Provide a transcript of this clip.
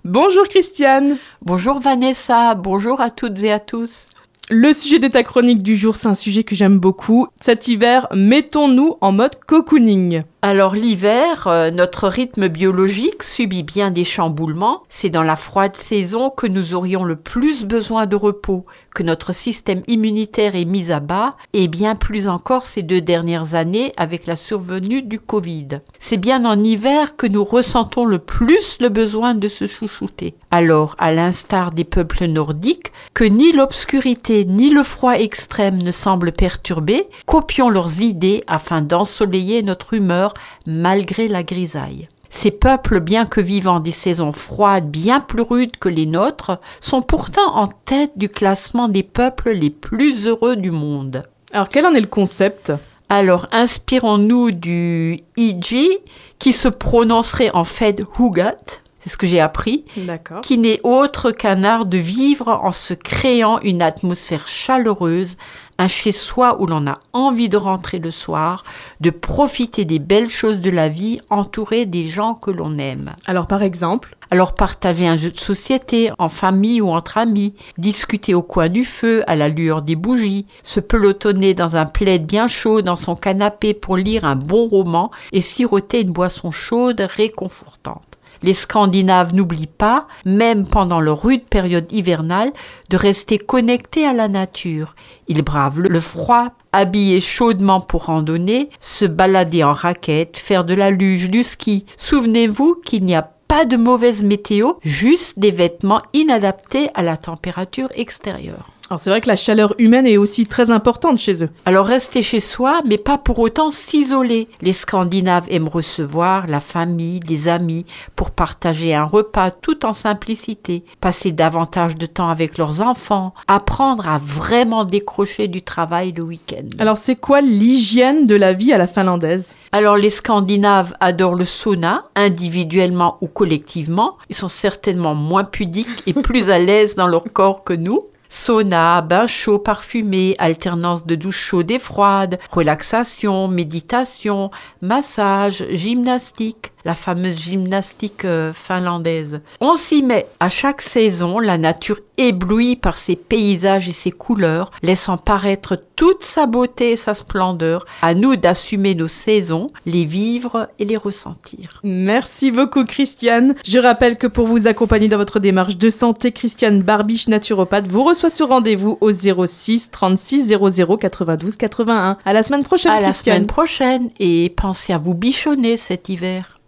Bonjour Christiane. Bonjour Vanessa, bonjour à toutes et à tous. Le sujet de ta chronique du jour, c'est un sujet que j'aime beaucoup. Cet hiver, mettons-nous en mode cocooning. Alors l'hiver, notre rythme biologique subit bien des chamboulements. C'est dans la froide saison que nous aurions le plus besoin de repos, que notre système immunitaire est mis à bas, et bien plus encore ces 2 dernières années avec la survenue du Covid. C'est bien en hiver que nous ressentons le plus le besoin de se chouchouter. Alors, à l'instar des peuples nordiques, que ni l'obscurité ni le froid extrême ne semblent perturber, copions leurs idées afin d'ensoleiller notre humeur malgré la grisaille. Ces peuples, bien que vivant des saisons froides bien plus rudes que les nôtres, sont pourtant en tête du classement des peuples les plus heureux du monde. Alors, quel en est le concept ? Alors, inspirons-nous du Iji, qui se prononcerait en fait Hugat, c'est ce que j'ai appris, qui n'est autre qu'un art de vivre en se créant une atmosphère chaleureuse, un chez-soi où l'on a envie de rentrer le soir, de profiter des belles choses de la vie, entouré des gens que l'on aime. Alors par exemple ? Alors partager un jeu de société, en famille ou entre amis, discuter au coin du feu, à la lueur des bougies, se pelotonner dans un plaid bien chaud dans son canapé pour lire un bon roman et siroter une boisson chaude réconfortante. Les Scandinaves n'oublient pas, même pendant leur rude période hivernale, de rester connectés à la nature. Ils bravent le froid, habillés chaudement pour randonner, se balader en raquette, faire de la luge, du ski. Souvenez-vous qu'il n'y a pas de mauvaise météo, juste des vêtements inadaptés à la température extérieure. Alors c'est vrai que la chaleur humaine est aussi très importante chez eux. Alors rester chez soi, mais pas pour autant s'isoler. Les Scandinaves aiment recevoir la famille, les amis, pour partager un repas tout en simplicité, passer davantage de temps avec leurs enfants, apprendre à vraiment décrocher du travail le week-end. Alors c'est quoi l'hygiène de la vie à la finlandaise ? Alors les Scandinaves adorent le sauna, individuellement ou collectivement. Ils sont certainement moins pudiques et plus à l'aise dans leur corps que nous. Sauna, bain chaud parfumé, alternance de douche chaude et froide, relaxation, méditation, massage, gymnastique, la fameuse gymnastique finlandaise. On s'y met. À chaque saison, la nature éblouie par ses paysages et ses couleurs, laissant paraître toute sa beauté et sa splendeur. À nous d'assumer nos saisons, les vivre et les ressentir. Merci beaucoup Christiane. Je rappelle que pour vous accompagner dans votre démarche de santé, Christiane Barbiche, naturopathe, vous reçoit sur rendez-vous au 06 36 00 92 81. À la semaine prochaine, Christiane. À la semaine prochaine et pensez à vous bichonner cet hiver.